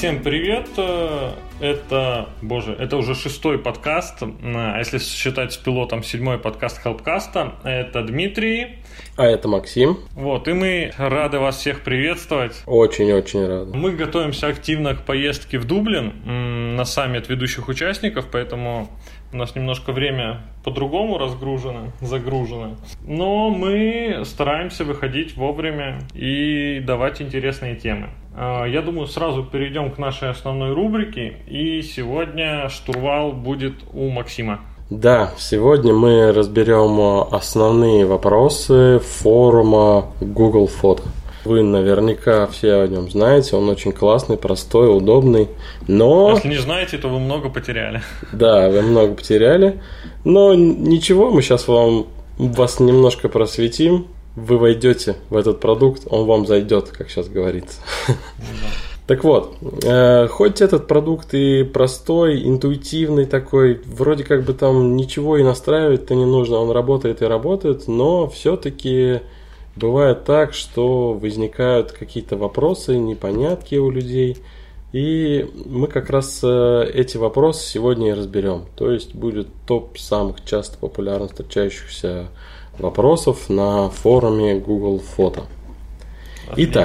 Всем привет! Это уже 6-й подкаст, а если считать с пилотом 7-й подкаст Helpcast. Это Дмитрий. А это Максим. И мы рады вас всех приветствовать. Очень-очень рады. Мы готовимся активно к поездке в Дублин на саммит ведущих участников, поэтому у нас немножко время по-другому загружено. Но мы стараемся выходить вовремя и давать интересные темы. Я думаю, сразу перейдем к нашей основной рубрике. И сегодня штурвал будет у Максима. Да, сегодня мы разберем основные вопросы форума Google Фото. Вы наверняка все о нем знаете, он очень классный, простой, удобный, но... Если не знаете, то вы много потеряли. Да, вы много потеряли, но ничего, мы сейчас вас немножко просветим, вы войдете в этот продукт, он вам зайдет, как сейчас говорится. Так вот, хоть этот продукт и простой, интуитивный такой, вроде как бы там ничего и настраивать-то не нужно, он работает и работает, но все-таки... Бывает так, что возникают какие-то вопросы, непонятки у людей, и мы как раз эти вопросы сегодня и разберем. То есть будет топ самых часто популярно встречающихся вопросов на форуме Google Фото. Итак,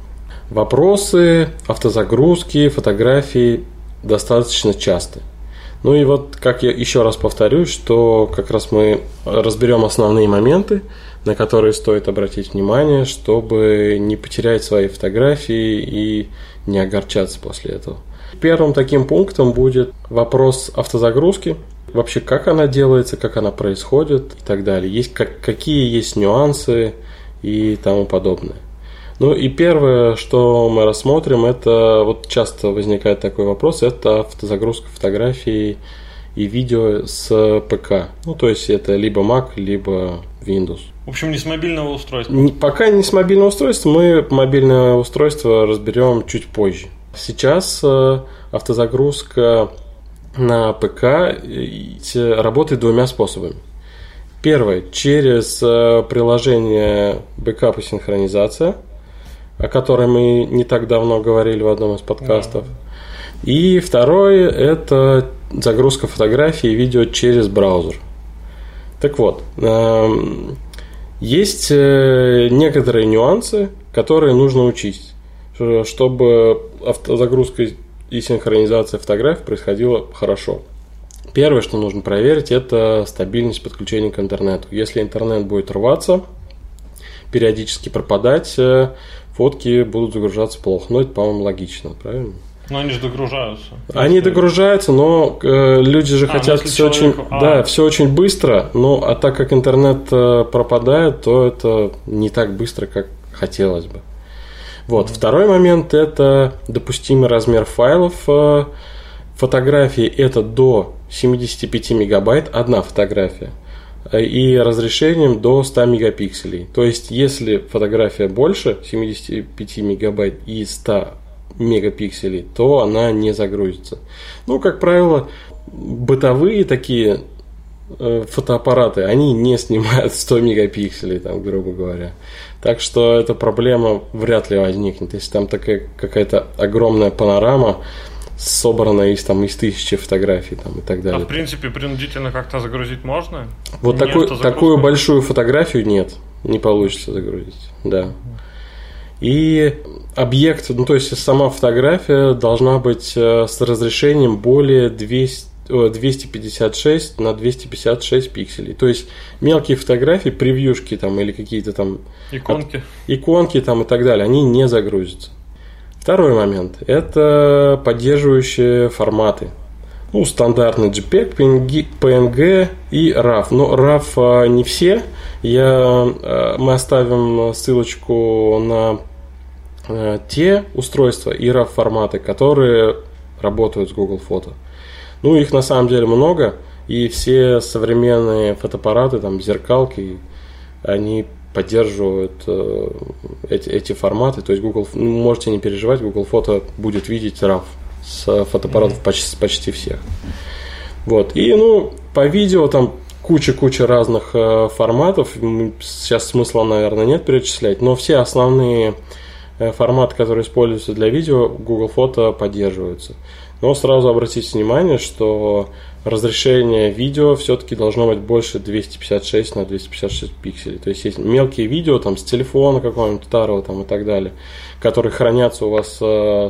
вопросы автозагрузки, фотографий достаточно часто. Ну и вот, как я еще раз повторюсь, что как раз мы разберем основные моменты, на которые стоит обратить внимание, чтобы не потерять свои фотографии и не огорчаться после этого. Первым таким пунктом будет вопрос автозагрузки. Вообще, как она делается, как она происходит и так далее. Какие есть нюансы и тому подобное. Ну и первое, что мы рассмотрим, это вот часто возникает такой вопрос, это автозагрузка фотографий и видео с ПК. Ну то есть это либо Mac, либо Windows. В общем, не с мобильного устройства. Пока не с мобильного устройства, мы мобильное устройство разберем чуть позже. Сейчас автозагрузка на ПК работает двумя способами. Первый через приложение бэкап и синхронизация, о которой мы не так давно говорили в одном из подкастов. Да. И второй – это загрузка фотографий и видео через браузер. Так вот, есть некоторые нюансы, которые нужно учесть, чтобы автозагрузка и синхронизация фотографий происходила хорошо. Первое, что нужно проверить, это стабильность подключения к интернету. Если интернет будет рваться, периодически пропадать, фотки будут загружаться плохо. Но это, по-моему, логично, правильно? Но они же догружаются. Они догружаются, но люди же хотят все очень быстро. А так как интернет пропадает, то это не так быстро, как хотелось бы. Вот. Второй момент – это допустимый размер файлов. Фотографии – это до 75 мегабайт одна фотография. И разрешением до 100 мегапикселей. То есть, если фотография больше 75 мегабайт и 100 мегапикселей, то она не загрузится. Ну, как правило, бытовые такие фотоаппараты, они не снимают 100 мегапикселей, там, грубо говоря. Так что эта проблема вряд ли возникнет. Если там такая какая-то огромная панорама, собранная из тысячи фотографий там, и так далее. А в принципе принудительно как-то загрузить можно? Вот такую большую фотографию нет, не получится загрузить. Да. И объект, то есть сама фотография должна быть с разрешением более 256 на 256 пикселей. То есть мелкие фотографии, превьюшки там, или какие-то там иконки там, и так далее, они не загрузятся. Второй момент – это поддерживающие форматы. Стандартный JPEG, PNG и RAW. Но RAW не все. Мы оставим ссылочку на те устройства и RAW форматы, которые работают с Google Фото. Их на самом деле много. И все современные фотоаппараты, там, зеркалки, они поддерживают эти форматы. То есть Google, можете не переживать, Google Фото будет видеть RAW с фотоаппаратов почти всех. Вот. И по видео там куча разных форматов. Сейчас смысла, наверное, нет перечислять, но все основные форматы, которые используются для видео, Google Фото поддерживаются. Но сразу обратите внимание, что разрешение видео все-таки должно быть больше 256 на 256 пикселей. То есть мелкие видео там, с телефона какого-нибудь старого там, и так далее, которые хранятся у вас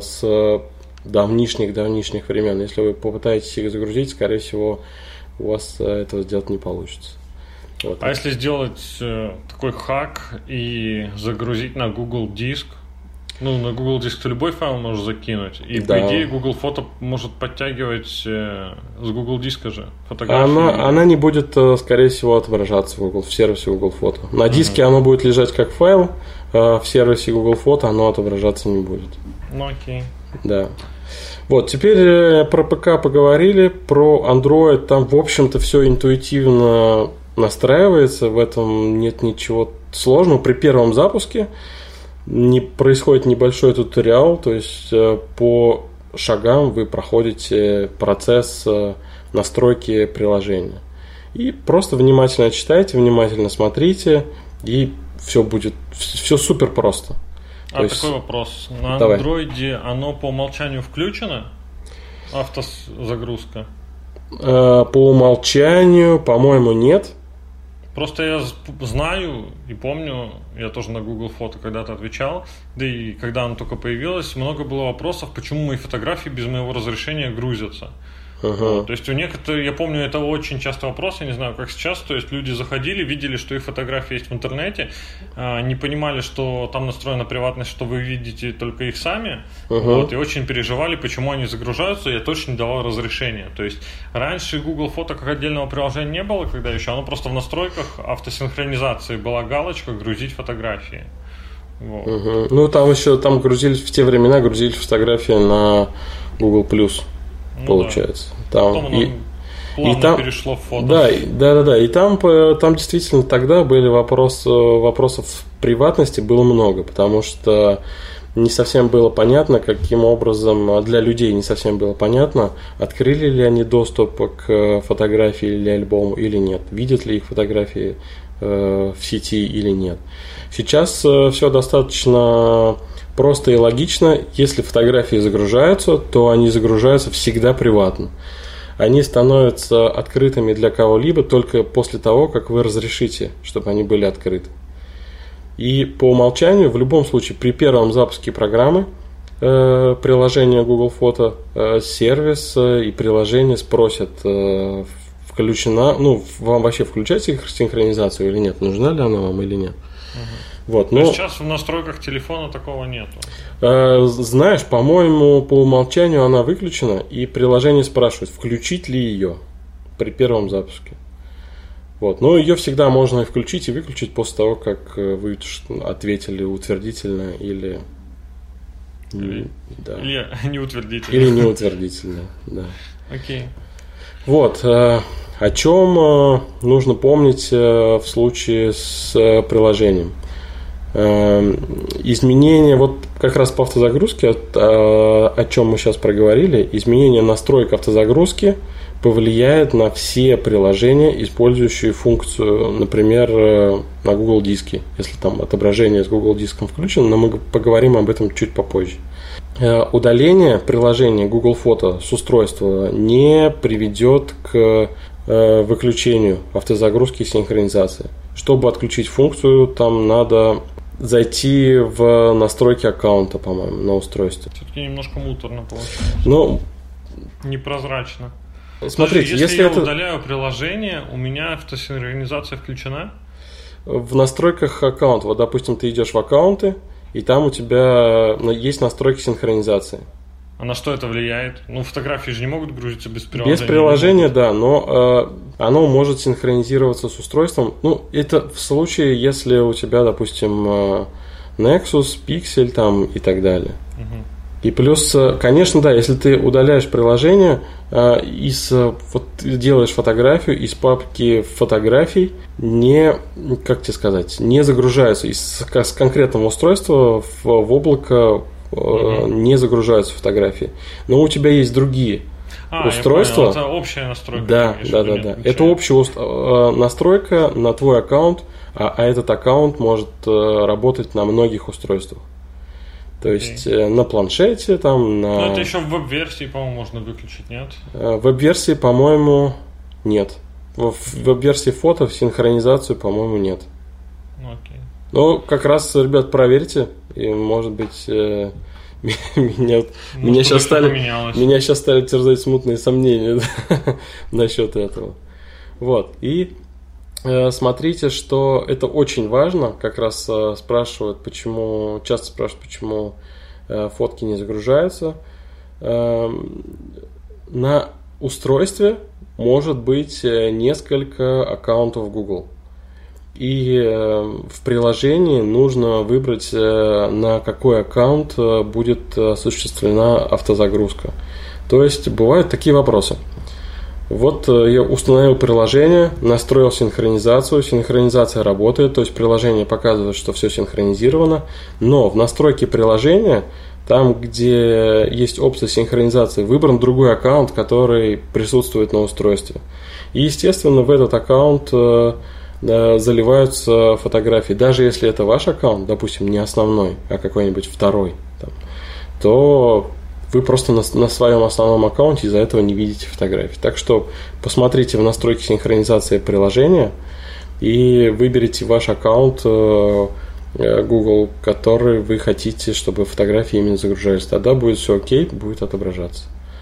с давнишних времен. Если вы попытаетесь их загрузить, скорее всего, у вас этого сделать не получится. Вот. А если сделать такой хак и загрузить на Google Диск, на Google Диск ты любой файл можешь закинуть, и по идее Google Фото может подтягивать с Google Диска же фотографии. Она не будет, скорее всего, отображаться в сервисе Google Фото. На диске оно будет лежать как файл, а в сервисе Google Фото оно отображаться не будет. Окей. Да. Вот, теперь про ПК поговорили, про Android, там, в общем-то, все интуитивно настраивается, в этом нет ничего сложного. При первом запуске происходит небольшой туториал, то есть по шагам вы проходите процесс настройки приложения. И просто внимательно читайте, внимательно смотрите, и все супер просто. Такой вопрос. На Android оно по умолчанию включено? Автозагрузка? По умолчанию, по-моему, нет. Просто я знаю и помню, я тоже на Google Фото когда-то отвечал, да и когда оно только появилось, много было вопросов, почему мои фотографии без моего разрешения грузятся. То есть у некоторых, я помню, это очень часто вопрос, я не знаю, как сейчас, то есть люди заходили, видели, что их фотографии есть в интернете, не понимали, что там настроена приватность, что вы видите только их сами, и очень переживали, почему они загружаются, я точно не давал разрешения. То есть раньше Google Фото как отдельного приложения не было, когда еще, оно просто в настройках автосинхронизации была галочка «грузить фотографии». Вот. Ну там еще грузились, в те времена грузились фотографии на Google+. Получается. Потом плавно перешло в фото. Да. И там действительно тогда были вопросов приватности было много, потому что не совсем было понятно, каким образом, для людей не совсем было понятно, открыли ли они доступ к фотографии или альбому или нет, видят ли их фотографии в сети или нет. Сейчас все достаточно просто и логично. Если фотографии загружаются, то они загружаются всегда приватно. Они становятся открытыми для кого-либо только после того, как вы разрешите, чтобы они были открыты. И по умолчанию, в любом случае, при первом запуске программы приложения Google Фото, сервис и приложение спросят, вам вообще включать синхронизацию или нет, нужна ли она вам или нет. Вот, но сейчас в настройках телефона такого нету. Знаешь, по-моему, по умолчанию она выключена, и приложение спрашивает, включить ли ее при первом запуске. Вот, но ее всегда можно включить и выключить после того, как вы ответили утвердительно или неутвердительно. Или неутвердительно, да. Окей. Вот, о чем нужно помнить в случае с приложением. Изменения, вот как раз по автозагрузке, о чем мы сейчас проговорили, изменение настроек автозагрузки повлияет на все приложения, использующие функцию, например, на Google Диске, если там отображение с Google Диском включено, но мы поговорим об этом чуть попозже. Удаление приложения Google Фото с устройства не приведет к выключению автозагрузки и синхронизации. Чтобы отключить функцию, там надо зайти в настройки аккаунта, по-моему, на устройстве. Все-таки немножко муторно получается. Непрозрачно. Смотрите, если я удаляю приложение, у меня автосинхронизация включена? В настройках аккаунта, вот, допустим, ты идешь в аккаунты, и там у тебя есть настройки синхронизации. А на что это влияет? Фотографии же не могут грузиться без приложения. Без приложения, да, но оно может синхронизироваться с устройством. Это в случае, если у тебя, допустим, Nexus, Pixel там и так далее. И плюс, конечно, да, если ты удаляешь приложение, делаешь фотографию из папки фотографий, не загружаются с конкретного устройства в облако не загружаются фотографии. Но у тебя есть другие устройства. Это общая настройка. Да. Это общая настройка на твой аккаунт, а этот аккаунт может работать на многих устройствах. То есть на планшете, там, на... Но это еще в веб-версии, по-моему, можно выключить, нет? В веб-версии, по-моему, нет. В веб-версии фото синхронизацию, по-моему, нет. Окей. Ну, как раз, ребят, проверьте, и, может быть, меня сейчас стали терзать смутные сомнения насчет этого. Вот. И смотрите, что это очень важно. Как раз часто спрашивают, почему фотки не загружаются. На устройстве может быть несколько аккаунтов Google. И в приложении нужно выбрать, на какой аккаунт будет осуществлена автозагрузка. То есть бывают такие вопросы. Вот я установил приложение, настроил синхронизацию, синхронизация работает, то есть приложение показывает, что все синхронизировано, но в настройке приложения, там, где есть опция синхронизации, выбран другой аккаунт, который присутствует на устройстве. И, естественно, в этот аккаунт заливаются фотографии. Даже если это ваш аккаунт, допустим, не основной, а какой-нибудь второй, то вы просто на своем основном аккаунте из-за этого не видите фотографий. Так что посмотрите в настройки синхронизации приложения и выберите ваш аккаунт Google, который вы хотите, чтобы фотографии именно загружались. Тогда будет все окей, будет отображаться.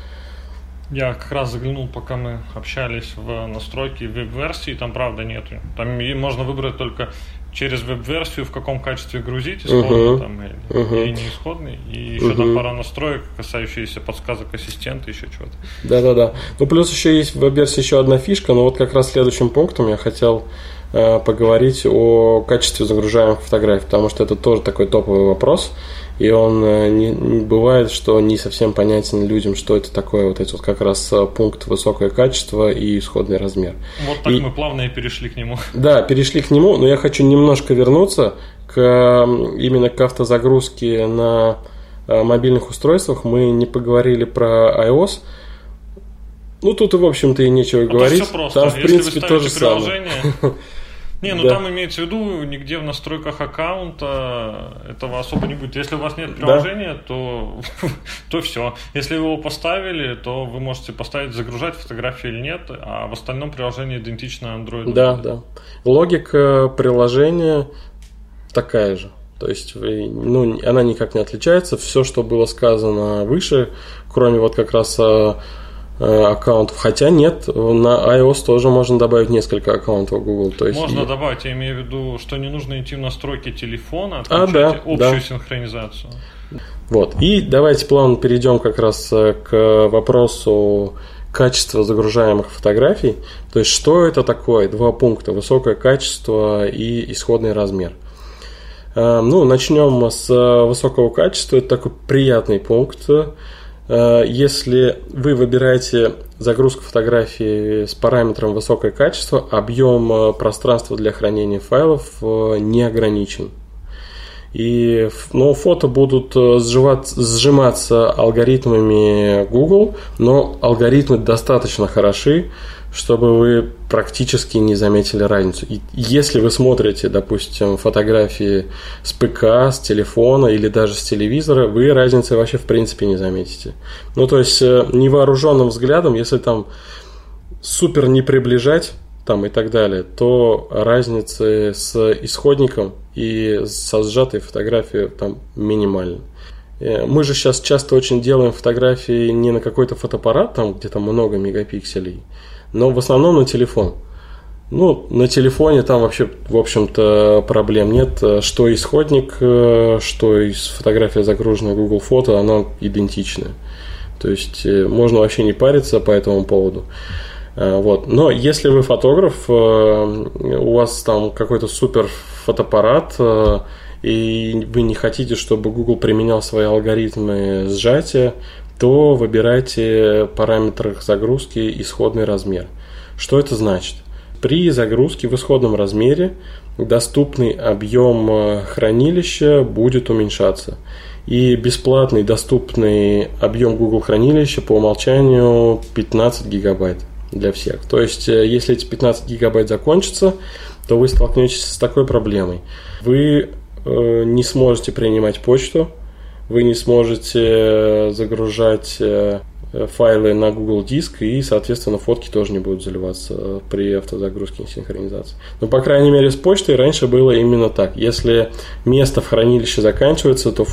Я как раз заглянул, пока мы общались, в настройки веб-версии, там правда нету. Там можно выбрать только через веб-версию, в каком качестве грузить, исходный там, или не исходный. И еще там пара настроек, касающиеся подсказок ассистента, еще чего-то. Да-да-да. Ну, плюс еще есть в веб-версии еще одна фишка, но вот как раз следующим пунктом я хотел поговорить о качестве загружаемых фотографий, потому что это тоже такой топовый вопрос, и он не бывает, что не совсем понятен людям, что это такое, вот эти вот как раз пункт высокое качество и исходный размер. Вот так мы плавно и перешли к нему. Да, перешли к нему, но я хочу немножко вернуться именно к автозагрузке на мобильных устройствах. Мы не поговорили про iOS. Ну, тут, в общем-то, и нечего говорить. Все просто. Там, в принципе, то же самое. Там имеется в виду, нигде в настройках аккаунта этого особо не будет. Если у вас нет приложения, то все. Если вы его поставили, то вы можете поставить, загружать фотографии или нет, а в остальном приложение идентично Android. Да. Логика приложения такая же. То есть она никак не отличается. Все, что было сказано выше, кроме вот как раз аккаунтов. Хотя нет, на iOS тоже можно добавить несколько аккаунтов Google. То есть можно добавить, я имею в виду, что не нужно идти в настройки телефона, отключать общую синхронизацию. Вот. И давайте плавно перейдем как раз к вопросу качества загружаемых фотографий. То есть что это такое? Два пункта: высокое качество и исходный размер. Начнем с высокого качества. Это такой приятный пункт. Если вы выбираете загрузку фотографий с параметром высокое качество, объем пространства для хранения файлов не ограничен. Но фото будут сжиматься алгоритмами Google, но алгоритмы достаточно хороши, чтобы вы практически не заметили разницу. И если вы смотрите, допустим, фотографии с ПК, с телефона или даже с телевизора, вы разницы вообще в принципе не заметите. То есть невооруженным взглядом, если там супер не приближать там и так далее, то разницы с исходником и со сжатой фотографией там минимальны. Мы же сейчас часто очень делаем фотографии не на какой-то фотоаппарат, там где там много мегапикселей, но в основном на телефон. На телефоне там вообще, в общем-то, проблем нет. Что исходник, что из фотографии, загруженной Google Фото, она идентичная. То есть можно вообще не париться по этому поводу. Вот. Но если вы фотограф, у вас там какой-то супер фотоаппарат, и вы не хотите, чтобы Google применял свои алгоритмы сжатия, то выбирайте в параметрах загрузки исходный размер. Что это значит? При загрузке в исходном размере доступный объем хранилища будет уменьшаться. И бесплатный доступный объем Google хранилища по умолчанию 15 гигабайт для всех. То есть, если эти 15 гигабайт закончатся, то вы столкнетесь с такой проблемой. Вы не сможете принимать почту, вы не сможете загружать файлы на Google Диск, и, соответственно, фотки тоже не будут заливаться при автозагрузке и синхронизации. Но, по крайней мере, с почтой раньше было именно так. Если место в хранилище заканчивается, то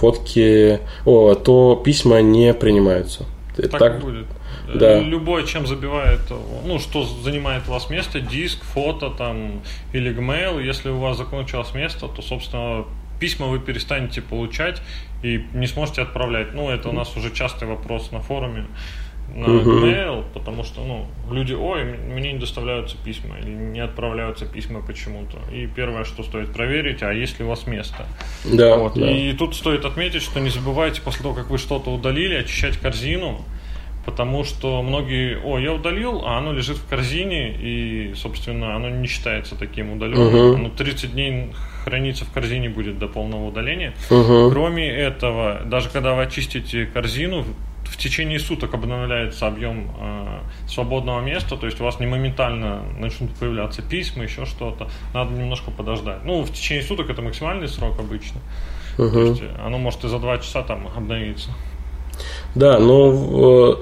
то письма не принимаются. Так будет. Да. Любое, чем забивает, что занимает у вас место, диск, фото там, или Gmail, если у вас закончилось место, то, собственно, письма вы перестанете получать и не сможете отправлять. Это у нас уже частый вопрос на форуме на Gmail, потому что люди, мне не доставляются письма или не отправляются письма почему-то. И первое, что стоит проверить, а есть ли у вас место. Да. И тут стоит отметить, что не забывайте после того, как вы что-то удалили, очищать корзину, потому что многие, я удалил, а оно лежит в корзине, и, собственно, оно не считается таким удаленным. Оно 30 дней храниться в корзине будет до полного удаления. Кроме этого, даже когда вы очистите корзину, в течение суток обновляется объем свободного места, то есть у вас не моментально начнут появляться письма, еще что-то. Надо немножко подождать. В течение суток это максимальный срок обычно. То есть оно может и за 2 часа там обновиться. Да, но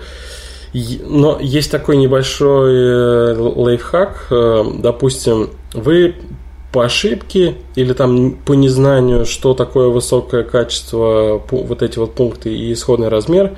есть такой небольшой лайфхак. Допустим, вы по ошибке или там по незнанию, что такое высокое качество, вот эти вот пункты и исходный размер,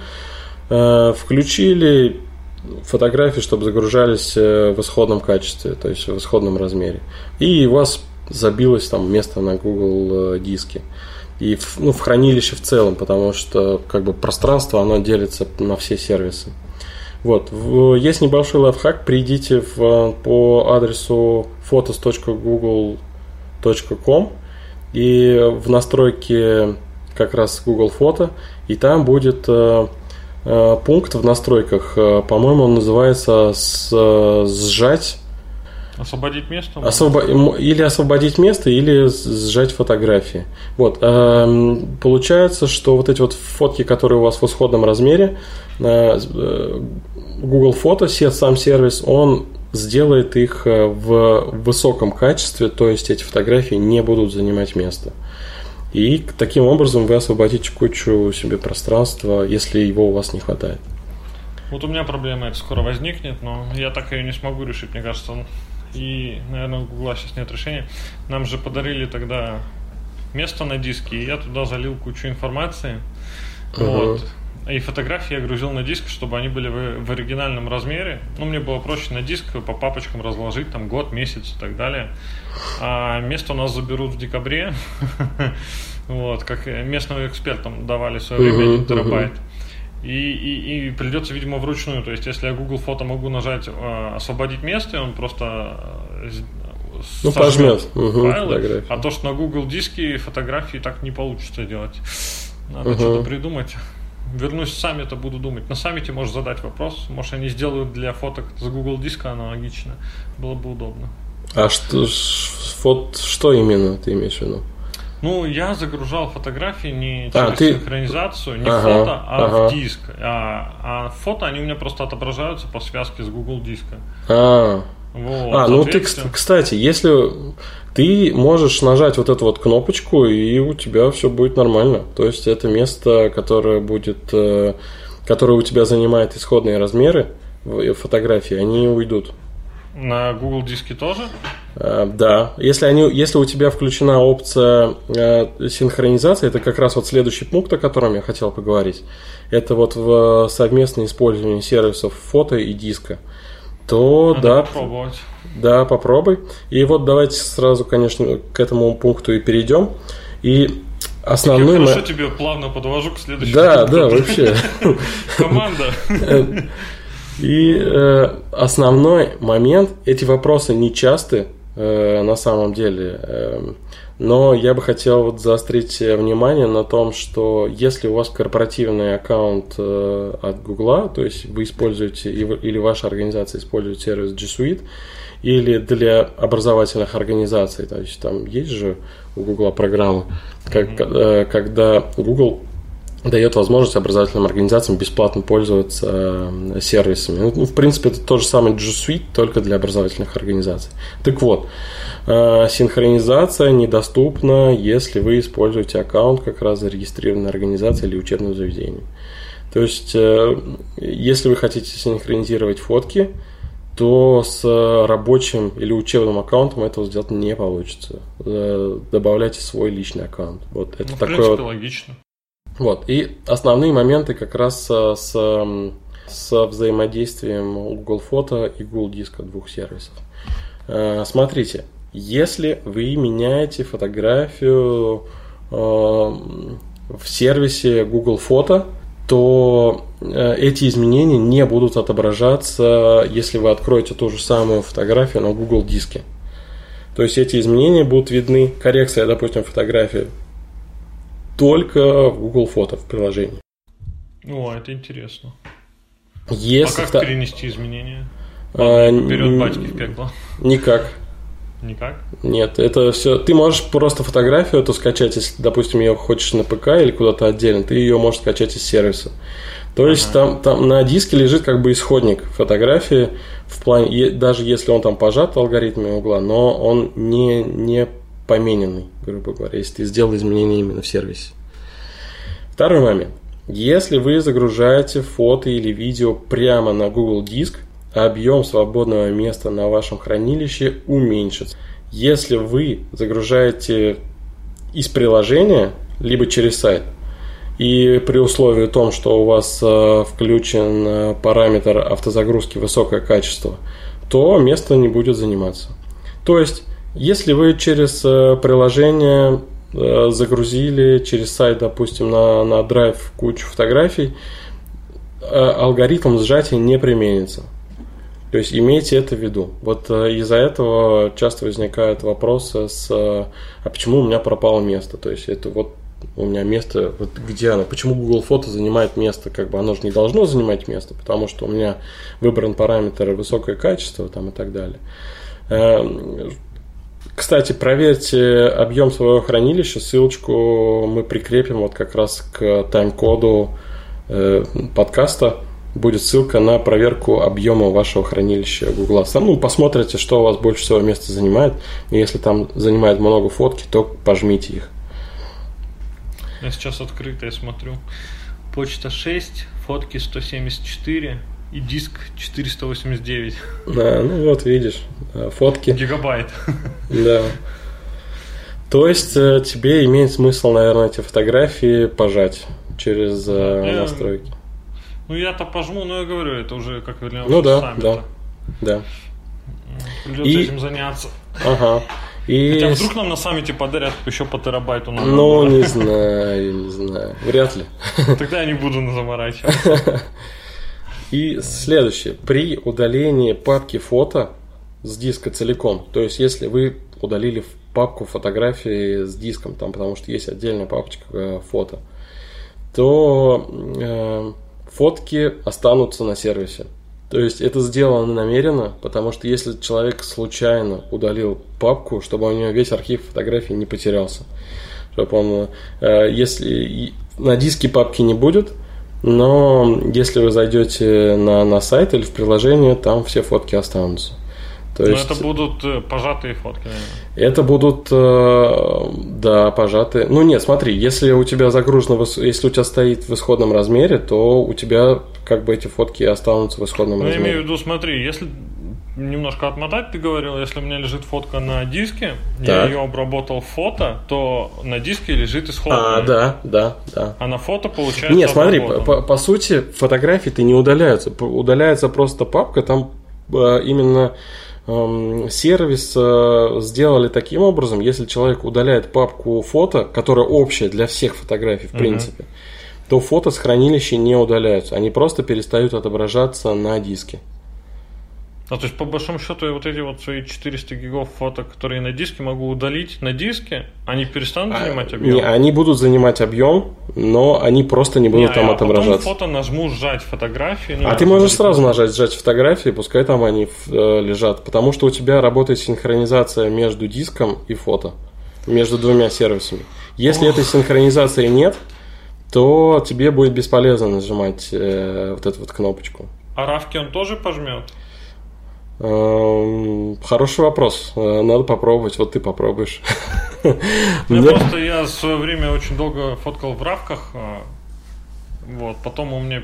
включили фотографии, чтобы загружались в исходном качестве, то есть в исходном размере. И у вас забилось там место на Google диске. И в хранилище в целом, потому что пространство, оно делится на все сервисы. Есть небольшой лайфхак. Придите по адресу photos.google.com и в настройке как раз Google Фото, и там будет пункт в настройках, по-моему, он называется «Сжать». Освободить место? Или освободить место, или сжать фотографии. Получается, что вот эти вот фотки, которые у вас в исходном размере, Google Фото, сам сервис, он сделает их в высоком качестве, то есть эти фотографии не будут занимать место. И таким образом вы освободите кучу себе пространства, если его у вас не хватает. У меня проблема эта скоро возникнет, но я так ее не смогу решить, мне кажется. И, наверное, у Гугла сейчас нет решения. Нам же подарили тогда место на диске, и я туда залил кучу информации. И фотографии я грузил на диск, чтобы они были в оригинальном размере. Мне было проще на диск по папочкам разложить, там год, месяц и так далее. А место у нас заберут в декабре. Как местным экспертам давали в свое время 1 терабайт. И придется, видимо, вручную. То есть, если я Google Фото могу нажать «Освободить место», и он просто пожмет файлы, а то, что на Google диске фотографии так не получится делать. Надо что-то придумать. Вернусь с саммита, буду думать. На саммите можешь задать вопрос. Может, они сделают для фоток с Google диска аналогично. Было бы удобно. А что именно ты имеешь в виду? Я загружал фотографии не через синхронизацию, не фото, а в диск. А фото, они у меня просто отображаются по связке с Google диска. Ты, кстати, если ты можешь нажать вот эту вот кнопочку, и у тебя все будет нормально. То есть это место, которое у тебя занимает исходные размеры фотографии, они уйдут. На Google диске тоже? Да. Если у тебя включена опция синхронизации, это как раз следующий пункт, о котором я хотел поговорить. Это в совместное использование сервисов фото и диска. То надо попробовать. Да, попробуй. И давайте сразу, конечно, к этому пункту и перейдем. И основной... Я хорошо тебе плавно подвожу к следующему пункту. Да, вообще. Команда. И основной момент, эти вопросы нечасты на самом деле, но я бы хотел заострить внимание на том, что если у вас корпоративный аккаунт от Гугла, то есть вы используете, или ваша организация использует сервис G Suite, или для образовательных организаций, то есть там есть же у Гугла программа, когда Google дает возможность образовательным организациям бесплатно пользоваться сервисами. Ну, в принципе, это то же самое G Suite, только для образовательных организаций. Так вот, синхронизация недоступна, если вы используете аккаунт как раз зарегистрированной организации или учебного заведения. То есть, если вы хотите синхронизировать фотки, то с рабочим или учебным аккаунтом этого сделать не получится. Добавляйте свой личный аккаунт. Вот это в такое принципе, логично. Вот. И основные моменты как раз с взаимодействием Google Фото и Google Диска, двух сервисов. Смотрите, если вы меняете фотографию в сервисе Google Фото, то эти изменения не будут отображаться, если вы откроете ту же самую фотографию на Google Диске. То есть эти изменения будут видны, коррекция, допустим, фотографии, только в Google Фото в приложении. О, это интересно. Если а как перенести изменения? Вперед батьки в пекло. Никак. Никак? Нет, это все. Ты можешь просто фотографию эту скачать, если, допустим, ее хочешь на ПК или куда-то отдельно, ты ее можешь скачать из сервиса. То есть там на диске лежит как бы исходник фотографии, в плане, даже если он там пожат алгоритмами угла, но он не помененный, грубо говоря, если ты сделал изменения именно в сервисе. Второй момент. Если вы загружаете фото или видео прямо на Google Диск, объем свободного места на вашем хранилище уменьшится. Если вы загружаете из приложения, либо через сайт, и при условии том, что у вас включен параметр автозагрузки высокое качество, то место не будет заниматься. То есть, если вы через приложение загрузили через сайт, допустим, на драйв кучу фотографий, алгоритм сжатия не применится. То есть имейте это в виду. Вот из-за этого часто возникают вопросы а почему у меня пропало место? То есть это вот у меня место, вот где оно? Почему Google Фото занимает место? Как бы оно же не должно занимать место, потому что у меня выбран параметр высокое качество там, и так далее. Кстати, проверьте объем своего хранилища. Ссылочку мы прикрепим вот как раз к тайм-коду подкаста. Будет ссылка на проверку объема вашего хранилища Google. Ну, посмотрите, что у вас больше всего места занимает. И если там занимает много фотки, то пожмите их. Я сейчас открыто, я смотрю. Почта 6, фотки 174 и диск 489. Да, ну вот видишь, фотки. Гигабайт. Да. То есть тебе имеет смысл, наверное, эти фотографии пожать через настройки. Ну я-то пожму, но я говорю, это уже как вернее. Ну да, да. Придется этим заняться. Ага. Хотя вдруг нам на саммите подарят еще по терабайту. Ну, не знаю. Вряд ли. Тогда я не буду заморачиваться. И следующее. При удалении папки фото с диска целиком, то есть если вы удалили папку фотографии с диском, там, потому что есть отдельная папочка фото, то фотки останутся на сервисе. То есть это сделано намеренно, потому что если человек случайно удалил папку, чтобы у него весь архив фотографий не потерялся. Чтобы он, если на диске папки не будет, но если вы зайдете на сайт или в приложение, там все фотки останутся. То есть, это будут пожатые фотки, наверное. Это будут, да, пожатые. Ну нет, смотри, если у тебя загружено, если у тебя стоит в исходном размере, то у тебя как бы эти фотки останутся в исходном размере. Я имею в виду, смотри, если немножко отмотать, ты говорил, если у меня лежит фотка на диске, так. Я ее обработал в фото, то на диске лежит исходная. Да. А на фото получается. Нет, смотри, по сути, фотографии-то не удаляются. Удаляется просто папка, там именно сервис сделали таким образом, если человек удаляет папку фото, которая общая для всех фотографий в принципе, то фото с хранилища не удаляются, они просто перестают отображаться на диске. То есть, по большому счету, я вот эти вот свои 400 гигов фото, которые на диске, могу удалить на диске, они перестанут занимать объем? Не, они будут занимать объем, но они просто не будут там отображаться. Потом фото нажму «Сжать фотографии». Ты можешь сразу нажать «Сжать фотографии», пускай там они лежат, потому что у тебя работает синхронизация между диском и фото, между двумя сервисами. Если этой синхронизации нет, то тебе будет бесполезно нажимать вот эту вот кнопочку. А равки он тоже пожмет? Хороший вопрос. Надо попробовать. Вот ты попробуешь. Просто я в свое время очень долго фоткал в равках. Вот, потом у меня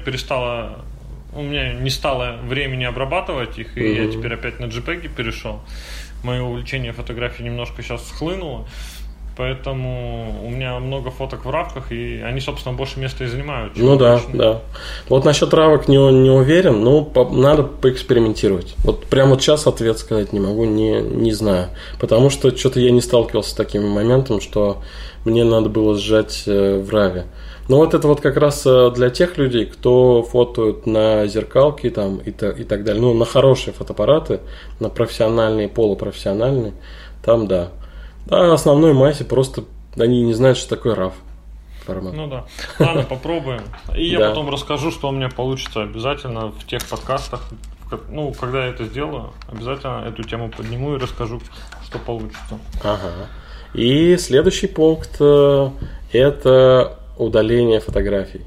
не стало времени обрабатывать их, и я теперь опять на JPEG перешел. Мое увлечение фотографией немножко сейчас схлынуло. Поэтому у меня много фоток в равках, и они, собственно, больше места и занимают. Ну да, да. Вот насчет равок не уверен, но надо поэкспериментировать. Вот прямо вот сейчас ответ сказать не могу, не знаю. Потому что что-то я не сталкивался с таким моментом, что мне надо было сжать в раве. Но вот это вот как раз для тех людей, кто фотоет на зеркалке там, и так далее. Ну, на хорошие фотоаппараты, на профессиональные, полупрофессиональные, там да. А основной массе просто они не знают, что такое RAW формат. Ну да. Ладно, попробуем. И я потом расскажу, что у меня получится обязательно в тех подкастах. Ну, когда я это сделаю, обязательно эту тему подниму и расскажу, что получится. Ага. И следующий пункт это удаление фотографий.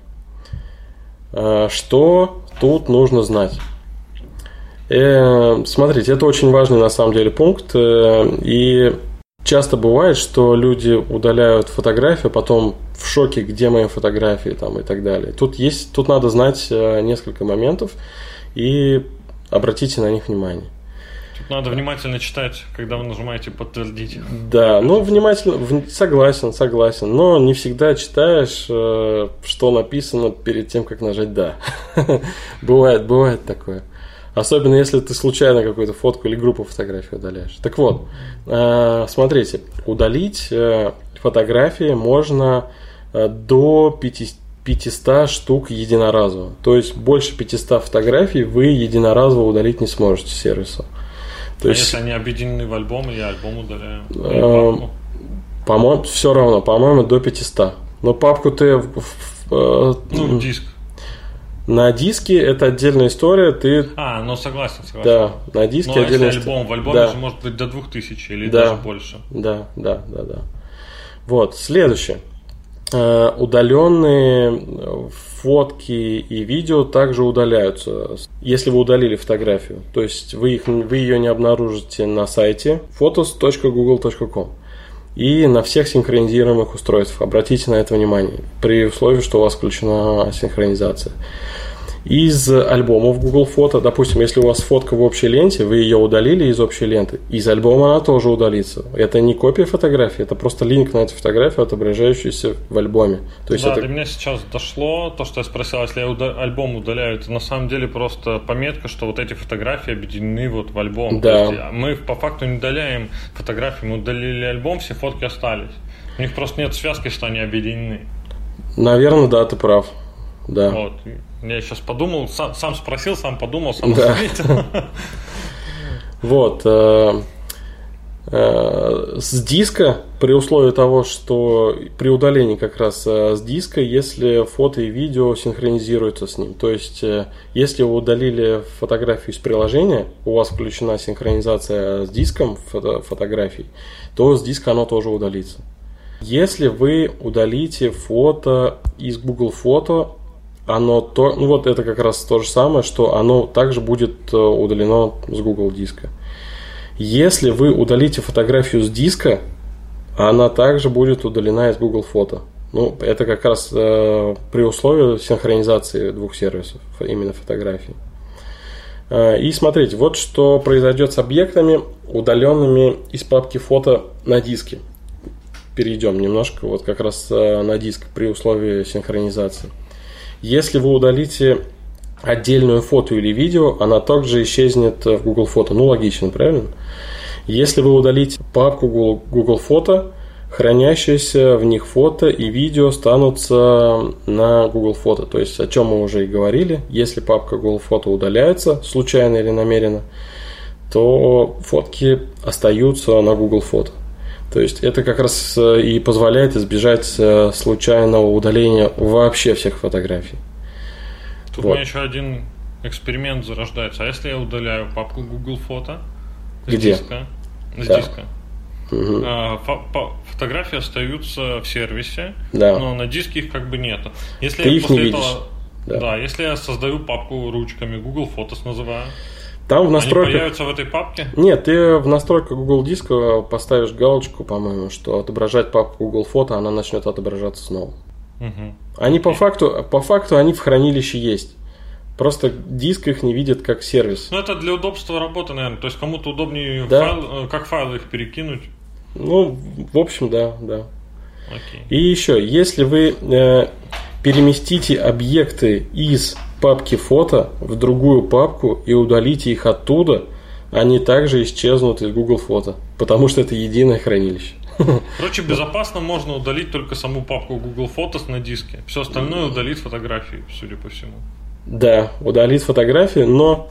Что тут нужно знать? Смотрите, это очень важный на самом деле пункт. И часто бывает, что люди удаляют фотографию, потом в шоке, где мои фотографии там, и так далее. Тут надо знать несколько моментов и обратите на них внимание. Тут надо внимательно читать, когда вы нажимаете «Подтвердить». Да, ну внимательно, согласен, но не всегда читаешь, что написано перед тем, как нажать «Да». Бывает такое. Особенно, если ты случайно какую-то фотку или группу фотографий удаляешь. Так вот, смотрите, удалить фотографии можно до 500 штук единоразово. То есть, больше 500 фотографий вы единоразово удалить не сможете с сервиса. То есть, если они объединены в альбом, я альбом удаляю. По-моему, все равно, по-моему, до 500. Но папку ты... диск. На диске это отдельная история, ну согласен. Да, на диске но отдельная история. В альбоме же может быть до 2000 или даже больше. Да. Вот, следующее. Удаленные фотки и видео также удаляются, если вы удалили фотографию. То есть вы ее не обнаружите на сайте photos.google.com и на всех синхронизируемых устройствах. Обратите на это внимание, при условии, что у вас включена синхронизация. Из альбомов Google Фото, допустим, если у вас фотка в общей ленте, вы ее удалили из общей ленты, из альбома она тоже удалится. Это не копия фотографии, это просто линк на эту фотографию, отображающуюся в альбоме. То есть до меня сейчас дошло то, что я спросил, если я альбом удаляю, это на самом деле просто пометка, что вот эти фотографии объединены вот в альбом. Да. То есть мы по факту не удаляем фотографии, мы удалили альбом, все фотки остались. У них просто нет связки, что они объединены. Наверное, да, ты прав. Да. Вот. Я сейчас подумал, сам спросил, сам подумал, сам ответил. Вот. С диска, при условии того, что при удалении как раз с диска, если фото и видео синхронизируются с ним. То есть, если вы удалили фотографию из приложения, у вас включена синхронизация с диском фотографий, то с диска оно тоже удалится. Если вы удалите фото из Google Фото, это как раз то же самое, что оно также будет удалено с Google диска. Если вы удалите фотографию с диска, она также будет удалена из Google Фото. Это как раз при условии синхронизации двух сервисов, именно фотографий. И смотрите, вот что произойдет с объектами, удаленными из папки фото на диске. Перейдем немножко вот как раз на диск при условии синхронизации. Если вы удалите отдельную фото или видео, она также исчезнет в Google Фото. Логично, правильно? Если вы удалите папку Google Фото, хранящиеся в них фото и видео останутся на Google Фото. То есть, о чем мы уже и говорили. Если папка Google Фото удаляется, случайно или намеренно, то фотки остаются на Google Фото. То есть это как раз и позволяет избежать случайного удаления вообще всех фотографий. Тут у меня еще один эксперимент зарождается. А если я удаляю папку Google Фото с Где? диска? С Да. диска. Фотографии остаются в сервисе, да. но на диске их как бы нету. Если Ты я их после не этого, видишь. да, если я создаю папку ручками, Google Photos называю, там в настройках... они появятся в этой папке? Нет, ты в настройках Google Диска поставишь галочку, по-моему, что отображать папку Google Фото, она начнет отображаться снова. Они по факту они в хранилище есть. Просто диск их не видит как сервис. Ну, это для удобства работы, наверное. То есть кому-то удобнее как файлы их перекинуть. Ну, в общем, да. Окей. И еще, если вы переместите объекты из папки фото в другую папку и удалите их оттуда, они также исчезнут из Google Фото, потому что это единое хранилище. Короче, безопасно можно удалить только саму папку Google Photos на диске. Все остальное удалит фотографии, судя по всему. Да, удалит фотографии, но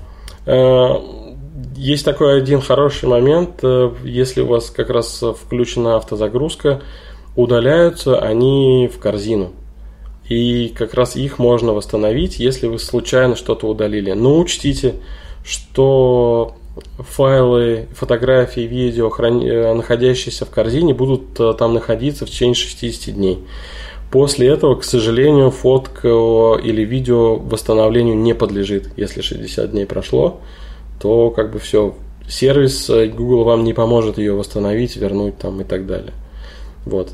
есть такой один хороший момент. Если у вас как раз включена автозагрузка, удаляются они в корзину. И как раз их можно восстановить, если вы случайно что-то удалили. Но учтите, что файлы, фотографии, видео, находящиеся в корзине, будут там находиться в течение 60 дней. После этого, к сожалению, фотка или видео восстановлению не подлежит. Если 60 дней прошло, то как бы все, сервис Google вам не поможет ее восстановить, вернуть там и так далее. Вот.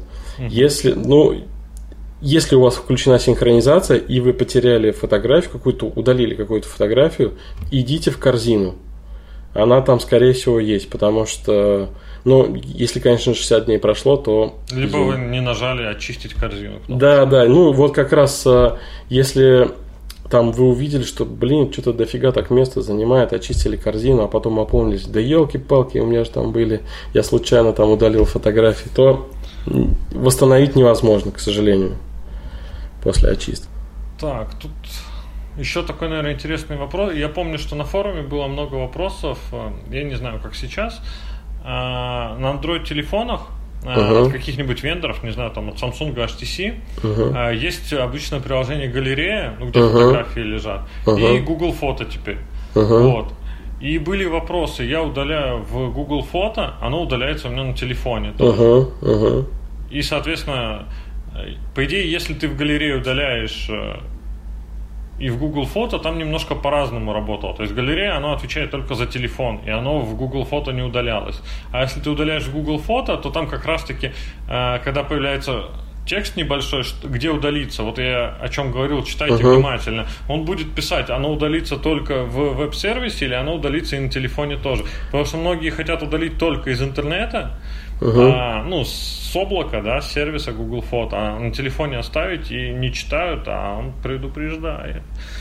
Если у вас включена синхронизация, и вы потеряли фотографию какую-то, удалили какую-то фотографию, идите в корзину. Она там, скорее всего, есть, потому что, если, конечно, 60 дней прошло, то... Либо вы не нажали очистить корзину. Да, вот как раз, если там вы увидели, что, что-то дофига так место занимает, очистили корзину, а потом опомнились, да елки-палки, у меня же там были, я случайно там удалил фотографии, то восстановить невозможно, к сожалению, после очистки. Так, тут еще такой, наверное, интересный вопрос. Я помню, что на форуме было много вопросов, я не знаю, как сейчас, на Android-телефонах от каких-нибудь вендоров, не знаю, там от Samsung, HTC, есть обычное приложение галерея, где фотографии лежат, и Google Фото теперь. Вот. И были вопросы, я удаляю в Google Фото, оно удаляется у меня на телефоне тоже. И, соответственно, по идее, если ты в галерее удаляешь и в Google Фото, там немножко по-разному работало. То есть галерея, оно отвечает только за телефон, и оно в Google Фото не удалялось. А если ты удаляешь в Google Фото, то там как раз-таки, когда появляется текст небольшой, где удалиться, вот я о чем говорил, читайте внимательно, он будет писать, оно удалится только в веб-сервисе или оно удалится и на телефоне тоже. Потому что многие хотят удалить только из интернета, с облака, да, с сервиса Google Фото, а на телефоне оставить и не читают, а он предупреждает.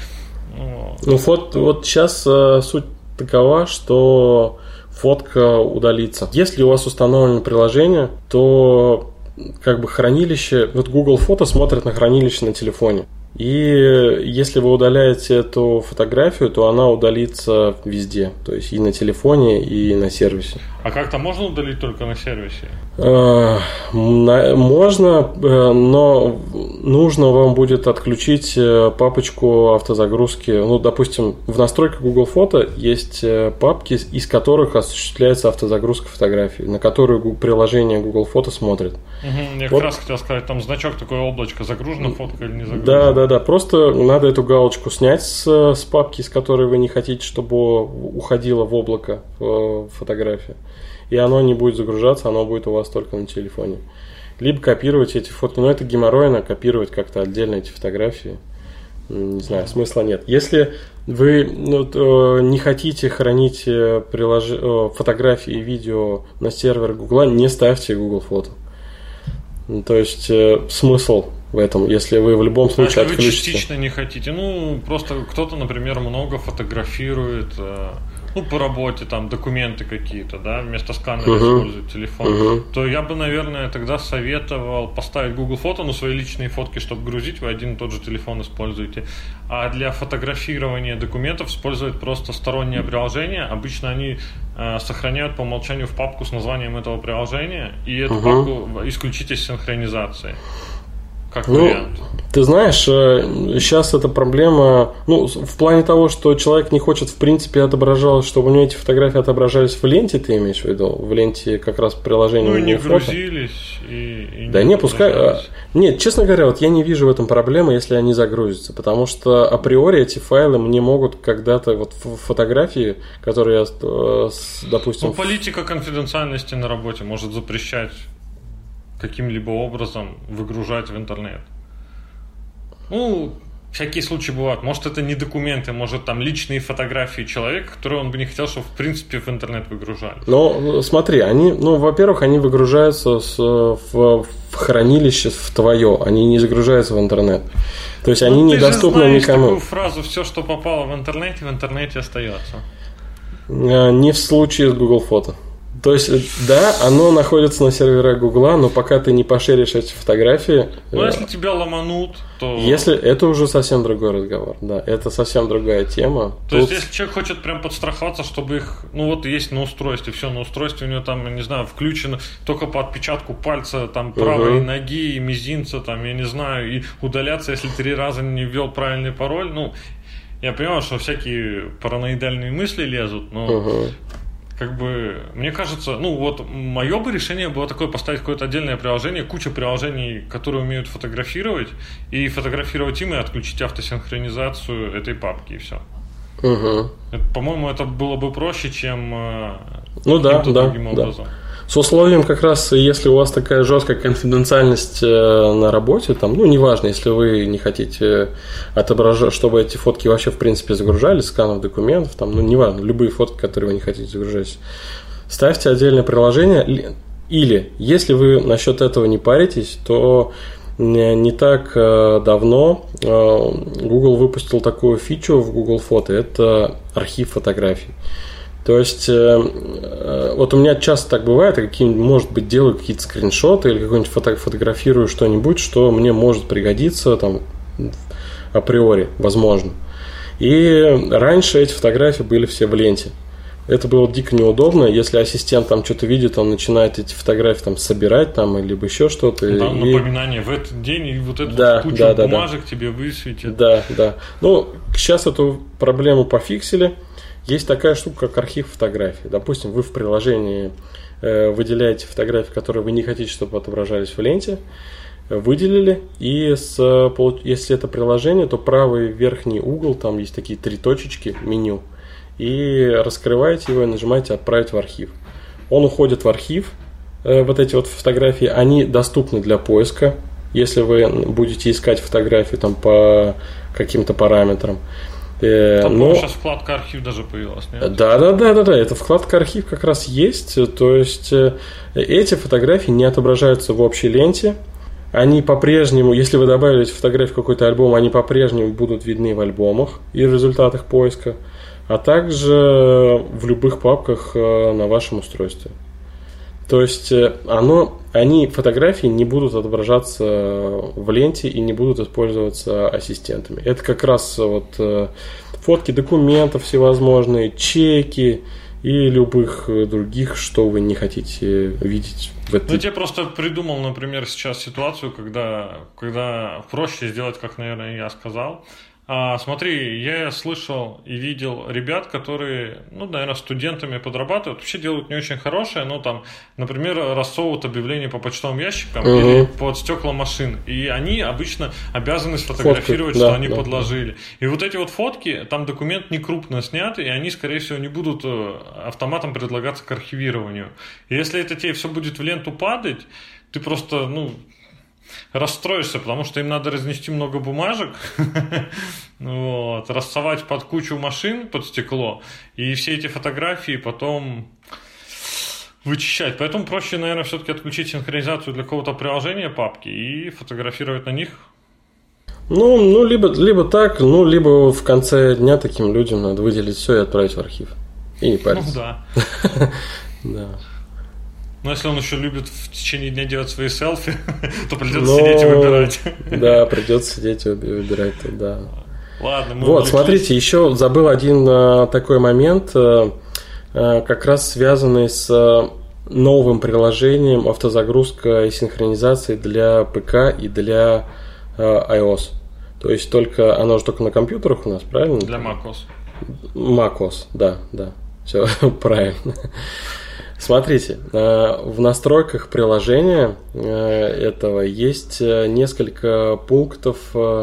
Вот сейчас суть такова, что фотка удалится. Если у вас установлено приложение, то как бы хранилище, вот Google Фото смотрит на хранилище на телефоне. И если вы удаляете эту фотографию, то она удалится везде. То есть и на телефоне, и на сервисе. А как-то можно удалить только на сервисе? Можно, но нужно вам будет отключить папочку автозагрузки. Допустим, в настройках Google Фото есть папки, из которых осуществляется автозагрузка фотографий, на которую приложение Google Фото смотрит. Я как раз хотел сказать, там значок, такое облачко, загружена фотка или не загружена? Да. Просто надо эту галочку снять с папки, с которой вы не хотите, чтобы уходила в облако фотография. И оно не будет загружаться, оно будет у вас только на телефоне. Либо копировать эти фотки. Но это геморройно, копировать как-то отдельно эти фотографии. Не знаю, смысла нет. Если вы не хотите хранить фотографии и видео на сервер Google, не ставьте Google Фото. То есть смысл в этом, если вы в любом случае отключите. Если вы частично не хотите, просто кто-то, например, много фотографирует, по работе, там, документы какие-то, да, вместо сканера использует телефон, то я бы, наверное, тогда советовал поставить Google Фото, свои личные фотки, чтобы грузить, вы один и тот же телефон используете. А для фотографирования документов использовать просто стороннее приложение. Обычно они сохраняют по умолчанию в папку с названием этого приложения, и эту папку исключить из синхронизации. как вариант. Ты знаешь, сейчас эта проблема, в плане того, что человек не хочет, в принципе, отображалось, чтобы у него эти фотографии отображались в ленте, ты имеешь в виду? В ленте как раз приложения. И не грузились, и да не, пускай... Нет, честно говоря, вот я не вижу в этом проблемы, если они загрузятся, потому что априори эти файлы мне могут когда-то, вот фотографии, которые я, допустим... политика конфиденциальности на работе может запрещать каким-либо образом выгружать в интернет. Всякие случаи бывают. Может, это не документы, может, там личные фотографии человека, которые он бы не хотел, чтобы, в принципе, в интернет выгружали. Смотри, они, во-первых, они выгружаются в хранилище в твое, они не загружаются в интернет. То есть, они недоступны никому. Ты же знаешь такую фразу «все, что попало в интернете остается». Не в случае с Google Фото. То есть, да, оно находится на серверах Гугла, но пока ты не пошеришь эти фотографии... если тебя ломанут, то... Это уже совсем другой разговор, да. Это совсем другая тема. То есть, если человек хочет прям подстраховаться, чтобы их... есть на устройстве, все, на устройстве у него там, я не знаю, включено только по отпечатку пальца, там, правой ноги и мизинца, там, я не знаю, и удаляться, если 3 раза не ввел правильный пароль, я понимаю, что всякие параноидальные мысли лезут, но... мне кажется, мое бы решение было такое: поставить какое-то отдельное приложение, куча приложений, которые умеют фотографировать, и фотографировать им, и отключить автосинхронизацию этой папки, и все. По-моему, это было бы проще, чем другим образом. С условием как раз, если у вас такая жесткая конфиденциальность на работе, там, неважно, если вы не хотите отображать, чтобы эти фотки вообще в принципе загружались, сканов документов, там, неважно, любые фотки, которые вы не хотите загружать, ставьте отдельное приложение. Или, если вы насчет этого не паритесь, то не так давно Google выпустил такую фичу в Google Фото, это архив фотографий. То есть, вот у меня часто так бывает, я может быть, делаю какие-то скриншоты или какой-нибудь фотографирую что-нибудь, что мне может пригодиться там априори, возможно. И раньше эти фотографии были все в ленте. Это было дико неудобно, если ассистент там что-то видит, он начинает эти фотографии там собирать там, либо еще что-то. Да, напоминание в этот день, и вот эту кучу бумажек тебе высветит. Да. Сейчас эту проблему пофиксили. Есть такая штука, как архив фотографий. Допустим, вы в приложении выделяете фотографии, которые вы не хотите, чтобы отображались в ленте, выделили, и если это приложение, то правый верхний угол, там есть такие 3 точечки, меню, и раскрываете его и нажимаете «Отправить в архив». Он уходит в архив, вот эти вот фотографии, они доступны для поиска, если вы будете искать фотографии там по каким-то параметрам. Сейчас вкладка «Архив» даже появилась, нет? Да, эта вкладка «Архив» как раз есть. То есть, эти фотографии не отображаются в общей ленте. Они по-прежнему, если вы добавили эти фотографии в какой-то альбом, они по-прежнему будут видны в альбомах и в результатах поиска, а также в любых папках на вашем устройстве. То есть, фотографии не будут отображаться в ленте и не будут использоваться ассистентами. Это как раз фотки документов всевозможные, чеки и любых других, что вы не хотите видеть в этом. Я просто придумал, например, сейчас ситуацию, когда проще сделать, как, наверное, я сказал. Смотри, я слышал и видел ребят, которые, наверное, студентами подрабатывают, вообще делают не очень хорошее, но там, например, рассовывают объявления по почтовым ящикам или под стекла машин, и они обычно обязаны сфотографировать, что они подложили. И вот эти вот фотки, там документ не крупно снят, и они, скорее всего, не будут автоматом предлагаться к архивированию. И если это тебе все будет в ленту падать, ты просто, расстроишься, потому что им надо разнести много бумажек, рассовать под кучу машин, под стекло, и все эти фотографии потом вычищать. Поэтому проще, наверное, все-таки отключить синхронизацию для какого-то приложения папки и фотографировать на них. Либо так, либо в конце дня таким людям надо выделить все и отправить в архив. И не париться. Да. Но если он еще любит в течение дня делать свои селфи, то придется сидеть и выбирать. Да, придется сидеть и выбирать, да. Ладно, смотрите, еще забыл один такой момент, как раз связанный с новым приложением автозагрузка и синхронизации для ПК и для iOS. То есть только оно же только на компьютерах у нас, правильно? Для macOS. macOS, да. Все правильно. Смотрите, в настройках приложения этого есть несколько пунктов.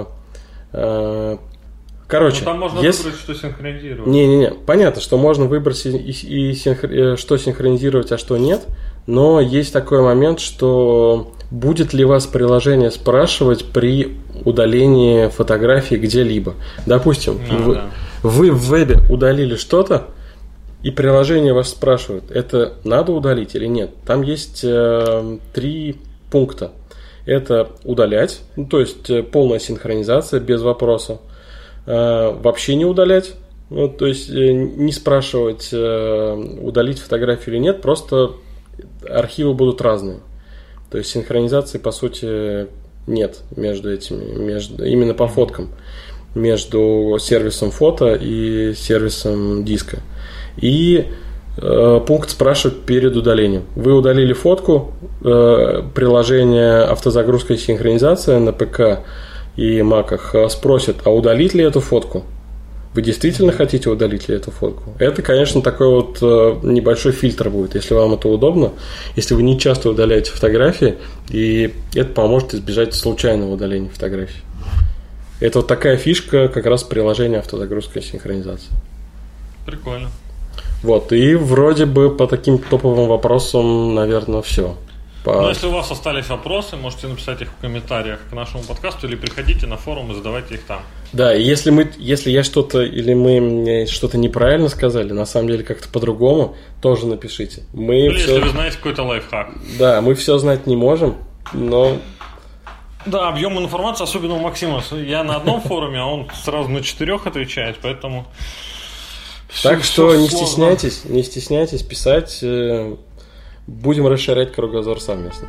Короче, там можно выбрать, что синхронизировать. Не. Понятно, что можно выбрать что синхронизировать, а что нет. Но есть такой момент, что будет ли вас приложение спрашивать при удалении фотографии где-либо. Допустим, вы в вебе удалили что-то, и приложение вас спрашивает, это надо удалить или нет. Там есть 3 пункта. Это удалять, то есть полная синхронизация без вопроса. Вообще не удалять, то есть не спрашивать, удалить фотографию или нет, просто архивы будут разные. То есть синхронизации, по сути, нет между этими, именно по фоткам, между сервисом фото и сервисом диска. И пункт спрашивает перед удалением. Вы удалили фотку, приложение автозагрузка и синхронизация на ПК и Маках спросит, а удалить ли эту фотку? Вы действительно хотите удалить ли эту фотку? Это, конечно, такой вот небольшой фильтр будет, если вам это удобно, если вы не часто удаляете фотографии, и это поможет избежать случайного удаления фотографий. Это вот такая фишка как раз приложения автозагрузка и синхронизация. Прикольно. Вот, и вроде бы по таким топовым вопросам, наверное, все. Но если у вас остались вопросы, можете написать их в комментариях к нашему подкасту или приходите на форум и задавайте их там. Да, и если я что-то или мы что-то неправильно сказали, на самом деле как-то по-другому, тоже напишите. Если вы знаете какой-то лайфхак. Да, мы все знать не можем, но... Да, объем информации, особенно у Максима. Я на одном форуме, а он сразу на 4 отвечает, поэтому... Так что не стесняйтесь писать... Будем расширять кругозор совместно.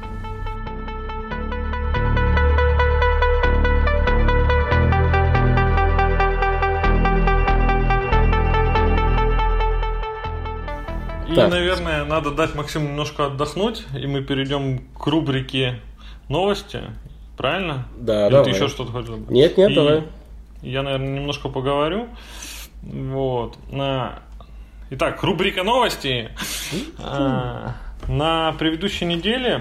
И, наверное, надо дать Максиму немножко отдохнуть, и мы перейдем к рубрике новости. Правильно? Да, или давай. Ты еще что-то хочешь добавить? Нет, давай. Я, наверное, немножко поговорю. Вот. Итак, рубрика новости. На предыдущей неделе,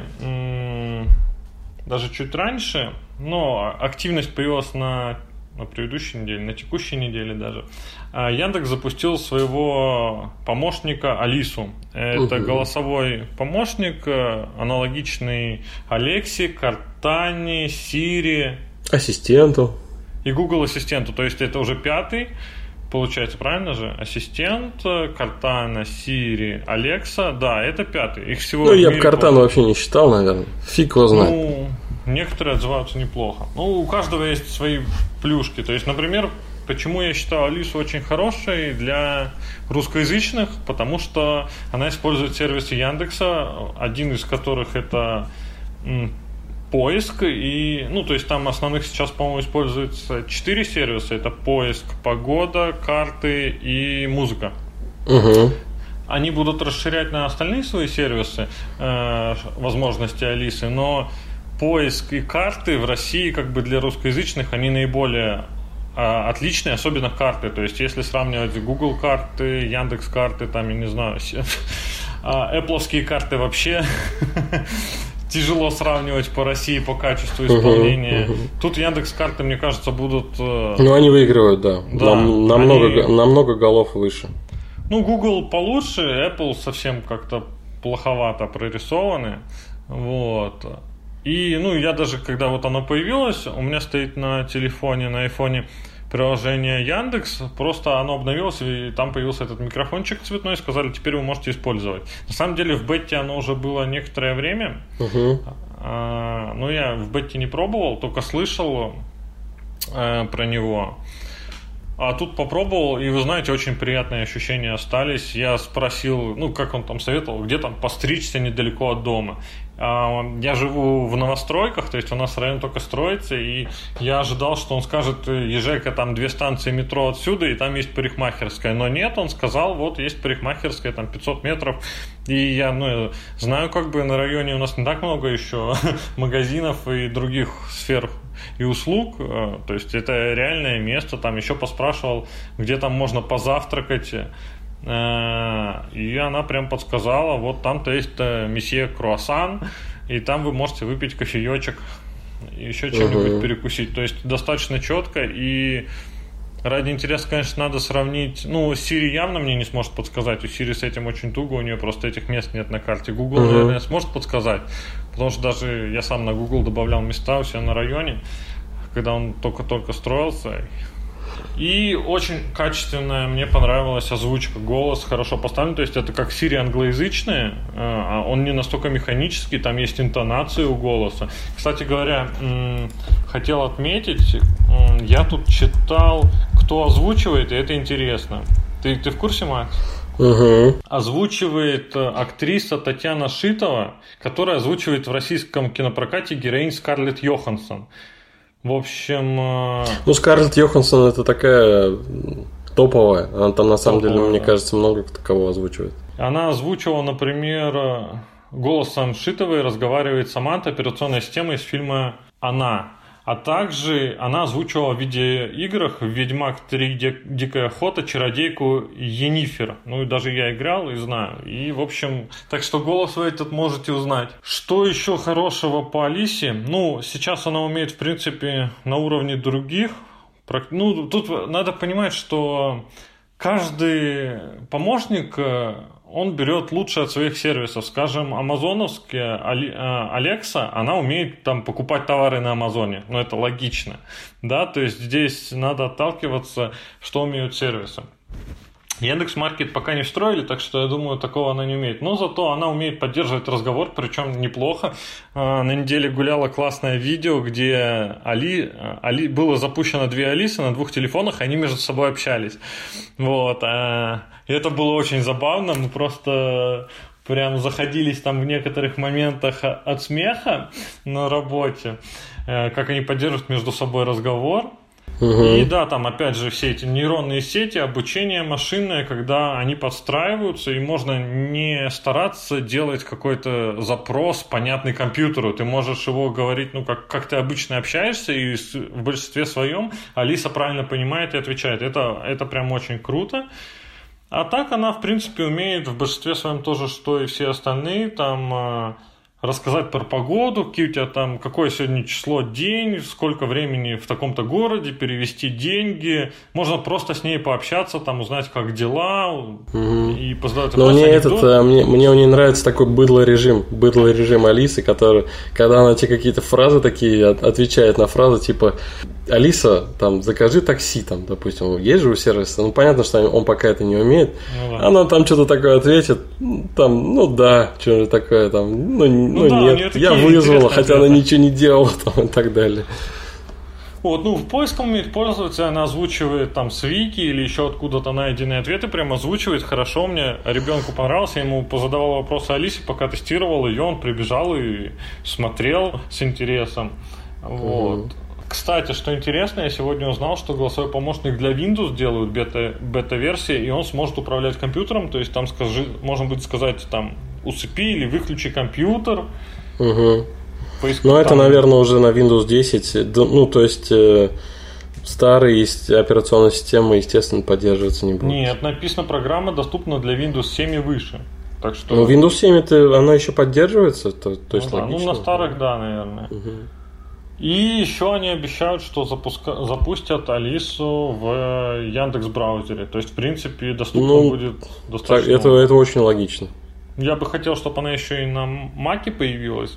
даже чуть раньше, но активность появилась на предыдущей неделе, на текущей неделе даже, Яндекс запустил своего помощника Алису. Это голосовой помощник, аналогичный Алексе, Кортане, Сири. Ассистенту. И Google Ассистенту, то есть это уже 5-й. Получается, правильно же? Ассистент, Кортана, Сири, Алекса. Да, это 5-й. Их всего я бы Кортану вообще не считал, наверное. Фиг его знает. Некоторые отзываются неплохо. У каждого есть свои плюшки. То есть, например, почему я считаю Алису очень хорошей для русскоязычных? Потому что она использует сервисы Яндекса, один из которых это... поиск, и, то есть там основных сейчас, по-моему, используется 4 сервиса. Это поиск, погода, карты и музыка. Они будут расширять на остальные свои сервисы возможности Алисы, но поиск и карты в России, как бы для русскоязычных, они наиболее отличные, особенно карты. То есть если сравнивать Google карты, Яндекс карты, там, я не знаю, Apple'овские карты вообще... Тяжело сравнивать по России по качеству исполнения. Тут Яндекс.Карты, мне кажется, будут... они выигрывают, да. Намного голов выше. Google получше, Apple совсем как-то плоховато прорисованы. Вот. И, я даже, когда вот оно появилось, у меня стоит на телефоне, на айфоне приложение Яндекс, просто оно обновилось, и там появился этот микрофончик цветной, сказали, теперь вы можете использовать. На самом деле в бете оно уже было некоторое время, но я в бете не пробовал, только слышал про него. А тут попробовал, и вы знаете, очень приятные ощущения остались. Я спросил, как он там советовал, где там постричься недалеко от дома. Я живу в новостройках, то есть у нас район только строится, и я ожидал, что он скажет, езжай-ка там 2 станции метро отсюда, и там есть парикмахерская. Но нет, он сказал, вот есть парикмахерская, там 500 метров. И я знаю, как бы на районе у нас не так много еще магазинов и других сфер и услуг, то есть это реальное место, там еще поспрашивал, где там можно позавтракать, и она прям подсказала, вот там-то есть месье Круассан, и там вы можете выпить кофеечек, еще чем-нибудь перекусить, то есть достаточно четко. И ради интереса, конечно, надо сравнить. Ну, Siri явно мне не сможет подсказать. У Siri с этим очень туго, у нее просто этих мест нет на карте. Google, наверное, сможет подсказать. Потому что даже я сам на Google добавлял места у себя на районе, когда он только-только строился. И очень качественная, мне понравилась озвучка, голос хорошо поставлен, то есть это как Siri англоязычная, а он не настолько механический, там есть интонации у голоса. Кстати говоря, хотел отметить, я тут читал, кто озвучивает, и это интересно. Ты в курсе, Макс? Озвучивает актриса Татьяна Шитова, которая озвучивает в российском кинопрокате героинь Скарлетт Йоханссон. В общем... Ну, Скарлетт Йоханссон это такая топовая. Она там, на самом деле, мне кажется, много кого озвучивает. Она озвучивала, например, голосом Шитовой разговаривает Саманта, операционная система из фильма «Она». А также она озвучивала в видеоиграх в «Ведьмак 3. Дикая охота» чародейку Йеннифер. Ну и даже я играл и знаю. И, в общем, так что голос вы этот можете узнать. Что еще хорошего по Алисе? Ну, сейчас она умеет, в принципе, на уровне других. Ну, тут надо понимать, что каждый помощник... он берет лучшее от своих сервисов. Скажем, амазоновская Alexa, она умеет там покупать товары на Амазоне. Но это логично. Да, то есть здесь надо отталкиваться, что умеют сервисы. Яндекс.Маркет пока не встроили, так что я думаю, такого она не умеет. Но зато она умеет поддерживать разговор, причем неплохо. На неделе гуляло классное видео, где было запущено 2 Алисы на 2 телефонах, и они между собой общались. Вот. И это было очень забавно. Мы просто прям заходились там в некоторых моментах от смеха на работе, как они поддерживают между собой разговор. И да, там опять же все эти нейронные сети, обучение машинное, когда они подстраиваются, и можно не стараться делать какой-то запрос, понятный компьютеру. Ты можешь его говорить, ну, как ты обычно общаешься, и в большинстве своем Алиса правильно понимает и отвечает. Это прям очень круто. А так она, в принципе, умеет в большинстве своем тоже, что и все остальные, там... рассказать про погоду, какие у тебя там, какое сегодня число, день, сколько времени в таком-то городе, перевести деньги. Можно просто с ней пообщаться, там узнать, как дела, и поздравить. Но мне у нее нравится такой быдлый режим Алисы, который, когда она тебе какие-то фразы такие отвечает на фразы, типа Алиса, там, закажи такси, там, допустим, есть же у сервиса, ну, понятно, что он пока это не умеет, она там что-то такое ответит, там, ну, да, что-то такое, там, нет, я вызвала, хотя она ничего не делала, там, и так далее. Вот, ну, в поиском умеет пользоваться, она озвучивает там с Вики или еще откуда-то найденные ответы, прям озвучивает хорошо, мне ребенку понравился, я ему позадавал вопросы Алисе, пока тестировал ее, он прибежал и смотрел с интересом, вот. Кстати, что интересно, я сегодня узнал, что голосовой помощник для Windows делают бета-версии, и он сможет управлять компьютером, то есть там можно будет сказать, там, усыпи или выключи компьютер. Ну, это, наверное, уже на Windows 10, ну, то есть старые операционные системы, естественно, поддерживаться не будут. Нет, написано, программа доступна для Windows 7 и выше. Так что... Ну, Windows 7 она еще поддерживается, то есть да, логично. Ну, на старых, да, наверное. И еще они обещают, что запустят Алису в Яндекс.Браузере. То есть, в принципе, доступно будет достаточно. Это очень логично. Я бы хотел, чтобы она еще и на Маке появилась.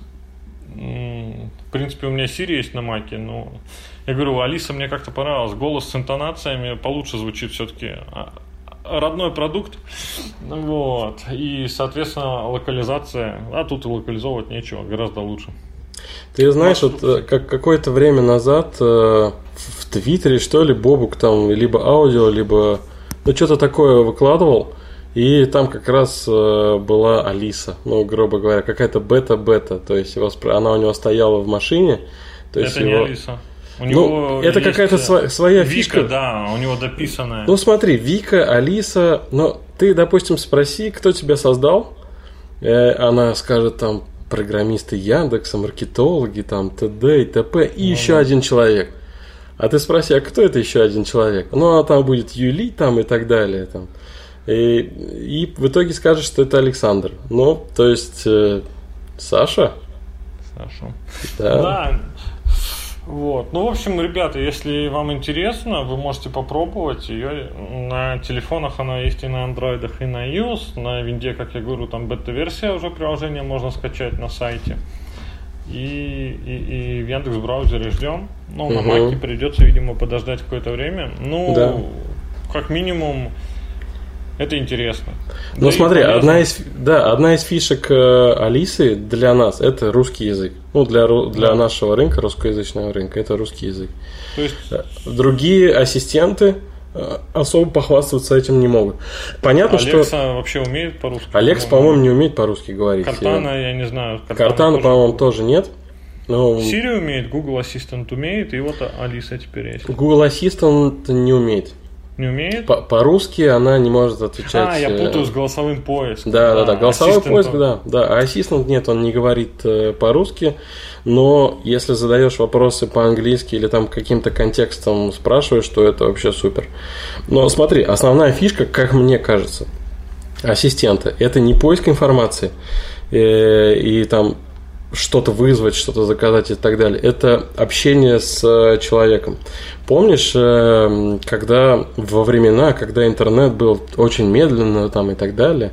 В принципе, у меня Siri есть на Маке, но я говорю, Алиса мне как-то понравилась. Голос с интонациями получше звучит все-таки. Родной продукт. Вот. И, соответственно, локализация. А тут и локализовывать нечего, гораздо лучше. Ты знаешь, вот какое-то время назад в Твиттере, что ли, Бобук там либо аудио, либо что-то такое выкладывал, и там как раз была Алиса, ну, грубо говоря, какая-то бета-бета, то есть она у него стояла в машине. То есть это не Алиса. У него это какая-то своя Вика, фишка. Да, у него дописанная. Ну, смотри, Вика, Алиса, но ты, допустим, спроси, кто тебя создал, она скажет там, программисты Яндекса, маркетологи, там, т.д. и т.п. и еще один человек. А ты спроси, а кто это еще один человек? Ну, а там будет Юли там и так далее. Там. И в итоге скажешь, что это Александр. Ну, то есть, Саша? Саша. Да. Да. Вот. Ну, в общем, ребята, если вам интересно, вы можете попробовать. Ее на телефонах она есть и на андроидах, и на iOS. На винде, как я говорю, там бета-версия уже приложения можно скачать на сайте. И в Яндекс.Браузере ждем. Ну, на Маке придется, видимо, подождать какое-то время. Ну, да. Как минимум, это интересно. Ну, да, смотри, одна из фишек Алисы для нас – это русский язык. Ну, для нашего рынка, русскоязычного рынка, это русский язык. То есть... Другие ассистенты особо похвастаться этим не могут. Понятно, Алекса что... вообще умеет по-русски? Алекса, по-моему, не умеет по-русски говорить. Картана, я не знаю. Картана, по-моему, тоже нет. Но... Siri умеет, Google Assistant умеет, и вот Алиса теперь есть. Google Assistant не умеет. Не умеет? По-русски она не может отвечать. Я путаю с голосовым поиском. Да. Голосовой поиск, да. А Assistant нет, он не говорит по-русски. Но если задаешь вопросы по-английски или там каким-то контекстом спрашиваешь, то это вообще супер. Но смотри, основная фишка, как мне кажется, ассистента, это не поиск информации и там что-то вызвать, что-то заказать и так далее. Это общение с человеком. Помнишь, когда во времена, когда интернет был очень медленно там и так далее,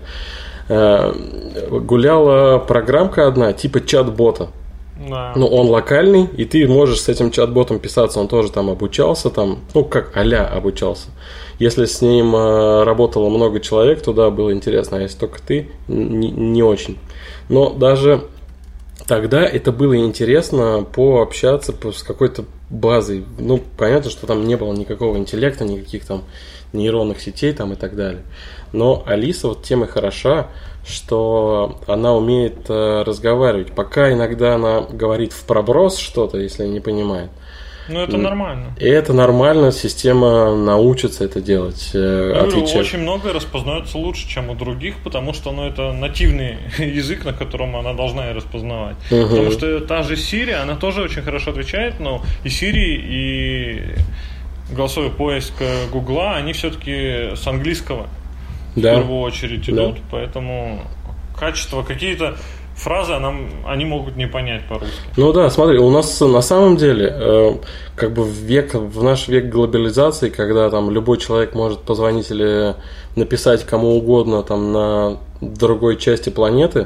гуляла программка одна, типа чат-бота. Да. Ну, он локальный, и ты можешь с этим чат-ботом писаться, он тоже там обучался, там, ну, как а-ля обучался. Если с ним работало много человек, то да, было интересно, а если только ты, не очень. Но даже тогда это было интересно пообщаться с какой-то базой. Ну, понятно, что там не было никакого интеллекта, никаких там нейронных сетей там и так далее. Но Алиса вот тем и хороша, что она умеет разговаривать. Пока иногда она говорит в проброс что-то, если не понимает. Ну, это нормально. И это нормально, система научится это делать. Очень многое распознается лучше, чем у других, потому что это нативный язык, на котором она должна и распознавать. Потому что та же Siri, она тоже очень хорошо отвечает, но и Siri, и голосовой поиск Гугла, они все-таки с английского в первую очередь идут, поэтому качество какие-то фразы они могут не понять по-русски. Ну да, смотри, у нас на самом деле как бы в наш век глобализации, когда там любой человек может позвонить или написать кому угодно там на другой части планеты,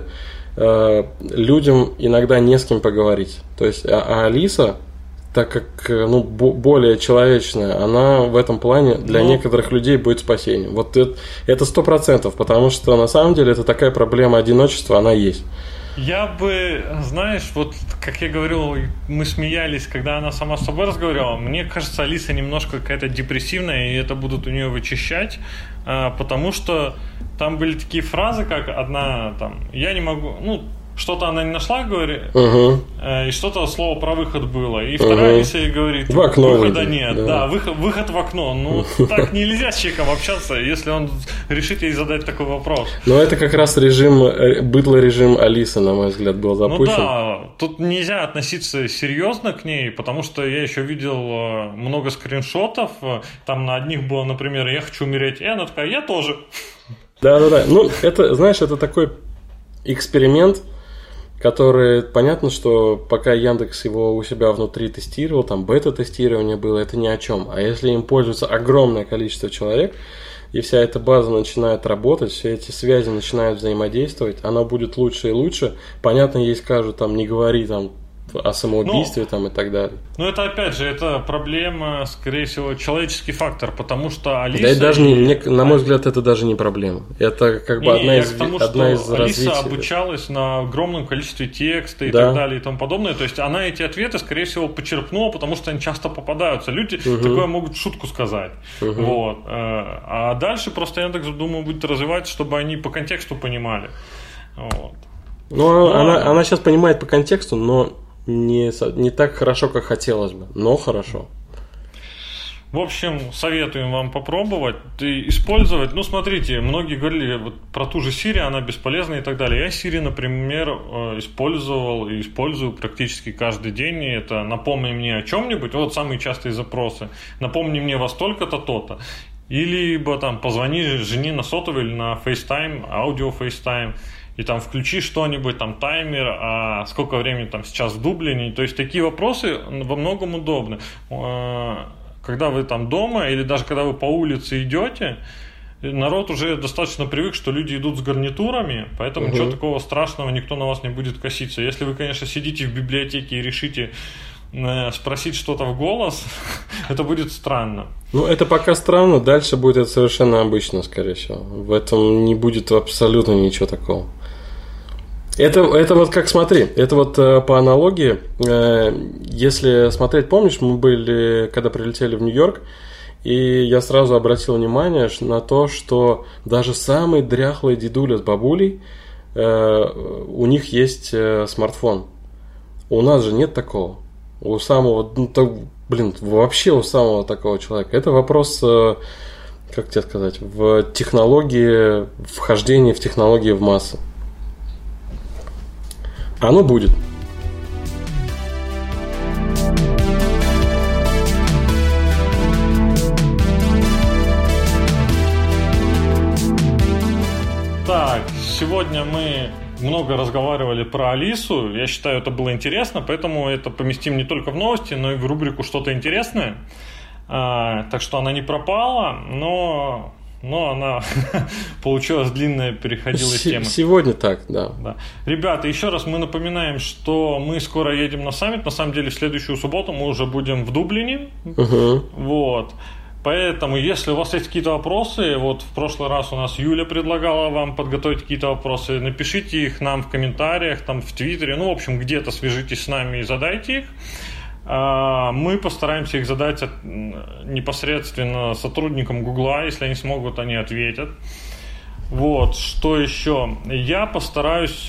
людям иногда не с кем поговорить. То есть, а Алиса, так как более человечная, она в этом плане для некоторых людей будет спасением. Вот это 100%, потому что на самом деле это такая проблема одиночества, она есть. Я бы, знаешь, вот как я говорил, мы смеялись, когда она сама с собой разговаривала. Мне кажется, Алиса немножко какая-то депрессивная, и это будут у нее вычищать, потому что там были такие фразы, как одна там, я не могу, что-то она не нашла, говорит, и что-то слово про выход было. И вторая Алиса ей говорит, в окно выхода выйдет, нет. Да, выход в окно. Так нельзя с человеком общаться, если он решит ей задать такой вопрос. Но это как раз быдло-режим Алисы, на мой взгляд, был запущен. Ну да, тут нельзя относиться серьезно к ней, потому что я еще видел много скриншотов. Там на одних было, например, я хочу умереть, и она такая, я тоже. Да. Ну, это, знаешь, это такой эксперимент, который, понятно, что пока Яндекс его у себя внутри тестировал, там бета-тестирование было, это ни о чем. А если им пользуется огромное количество человек, и вся эта база начинает работать, все эти связи начинают взаимодействовать, она будет лучше и лучше. Понятно, ей скажут, там, не говори там о самоубийстве там и так далее. Ну, это опять же, это проблема, скорее всего, человеческий фактор, потому что Алиса... Да, и даже на мой взгляд, это даже не проблема. Это как бы одна из развитий. Алиса обучалась на огромном количестве текста и так далее и тому подобное. То есть она эти ответы, скорее всего, почерпнула, потому что они часто попадаются. Люди такое могут в шутку сказать. Вот. А дальше просто Яндекс, думаю, будет развивать, чтобы они по контексту понимали. Вот. Ну, она сейчас понимает по контексту, но не так хорошо, как хотелось бы, но хорошо. В общем, советуем вам попробовать и использовать. Ну, смотрите, многие говорили вот про ту же Siri, она бесполезна и так далее. Я Siri, например, использовал и использую практически каждый день. И это напомни мне о чем-нибудь. Вот самые частые запросы. Напомни мне во столько-то, то-то. Или либо там позвони жене на сотовый или на FaceTime, аудио FaceTime. И там включи что-нибудь, там таймер, а сколько времени там сейчас в Дублине. То есть такие вопросы во многом удобны. Когда вы там дома или даже когда вы по улице идете, народ уже достаточно привык, что люди идут с гарнитурами, поэтому ничего такого страшного, никто на вас не будет коситься. Если вы, конечно, сидите в библиотеке и решите спросить что-то в голос, это будет странно. Ну, это пока странно, дальше будет это совершенно обычно, скорее всего. В этом не будет абсолютно ничего такого. Это вот как, смотри, это вот по аналогии, если смотреть, помнишь, мы были, когда прилетели в Нью-Йорк, и я сразу обратил внимание на то, что даже самый дряхлый дедуля с бабулей, у них есть смартфон. У нас же нет такого. У самого, вообще у самого такого человека. Это вопрос, как тебе сказать, в технологии, вхождение в технологии в массы. Оно будет. Так, сегодня мы много разговаривали про Алису. Я считаю, это было интересно, поэтому это поместим не только в новости, но и в рубрику «Что-то интересное». Так что она не пропала, но она получилась длинная, переходила тема. Сегодня так, да. Ребята, еще раз мы напоминаем, что мы скоро едем на саммит. На самом деле, в следующую субботу мы уже будем в Дублине. Вот. Поэтому, если у вас есть какие-то вопросы, вот в прошлый раз у нас Юля предлагала вам подготовить какие-то вопросы, напишите их нам в комментариях, там в Твиттере, ну, в общем, где-то свяжитесь с нами и задайте их. Мы постараемся их задать непосредственно сотрудникам Гугла, если они смогут, они ответят. Вот, что еще? Я постараюсь,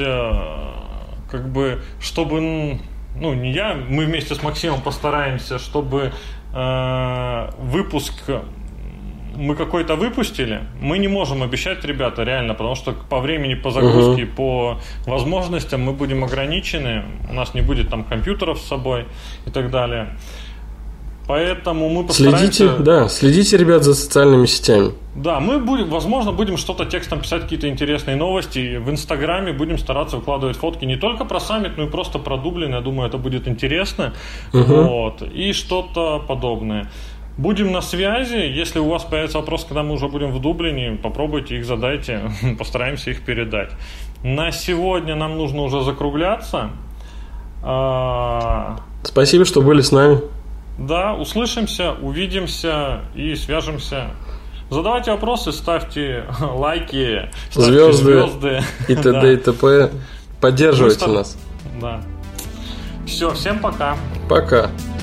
чтобы, не я, мы вместе с Максимом постараемся, чтобы выпуск мы какой-то выпустили. Мы не можем обещать, ребята, реально, потому что по времени, по загрузке, по возможностям мы будем ограничены. У нас не будет там компьютеров с собой и так далее. Поэтому мы постараемся... Следите, ребят, за социальными сетями. Да, мы будем что-то текстом писать, какие-то интересные новости. В Инстаграме будем стараться выкладывать фотки не только про саммит, но и просто про Дублин. Я думаю, это будет интересно. Вот. И что-то подобное. Будем на связи. Если у вас появится вопрос, когда мы уже будем в Дублине, попробуйте их, задайте. Постараемся их передать. На сегодня нам нужно уже закругляться. Спасибо, что были с нами. Да, услышимся, увидимся и свяжемся. Задавайте вопросы, ставьте лайки, ставьте звезды и т.д. и т.п. Поддерживайте нас. Да. Все, всем пока. Пока.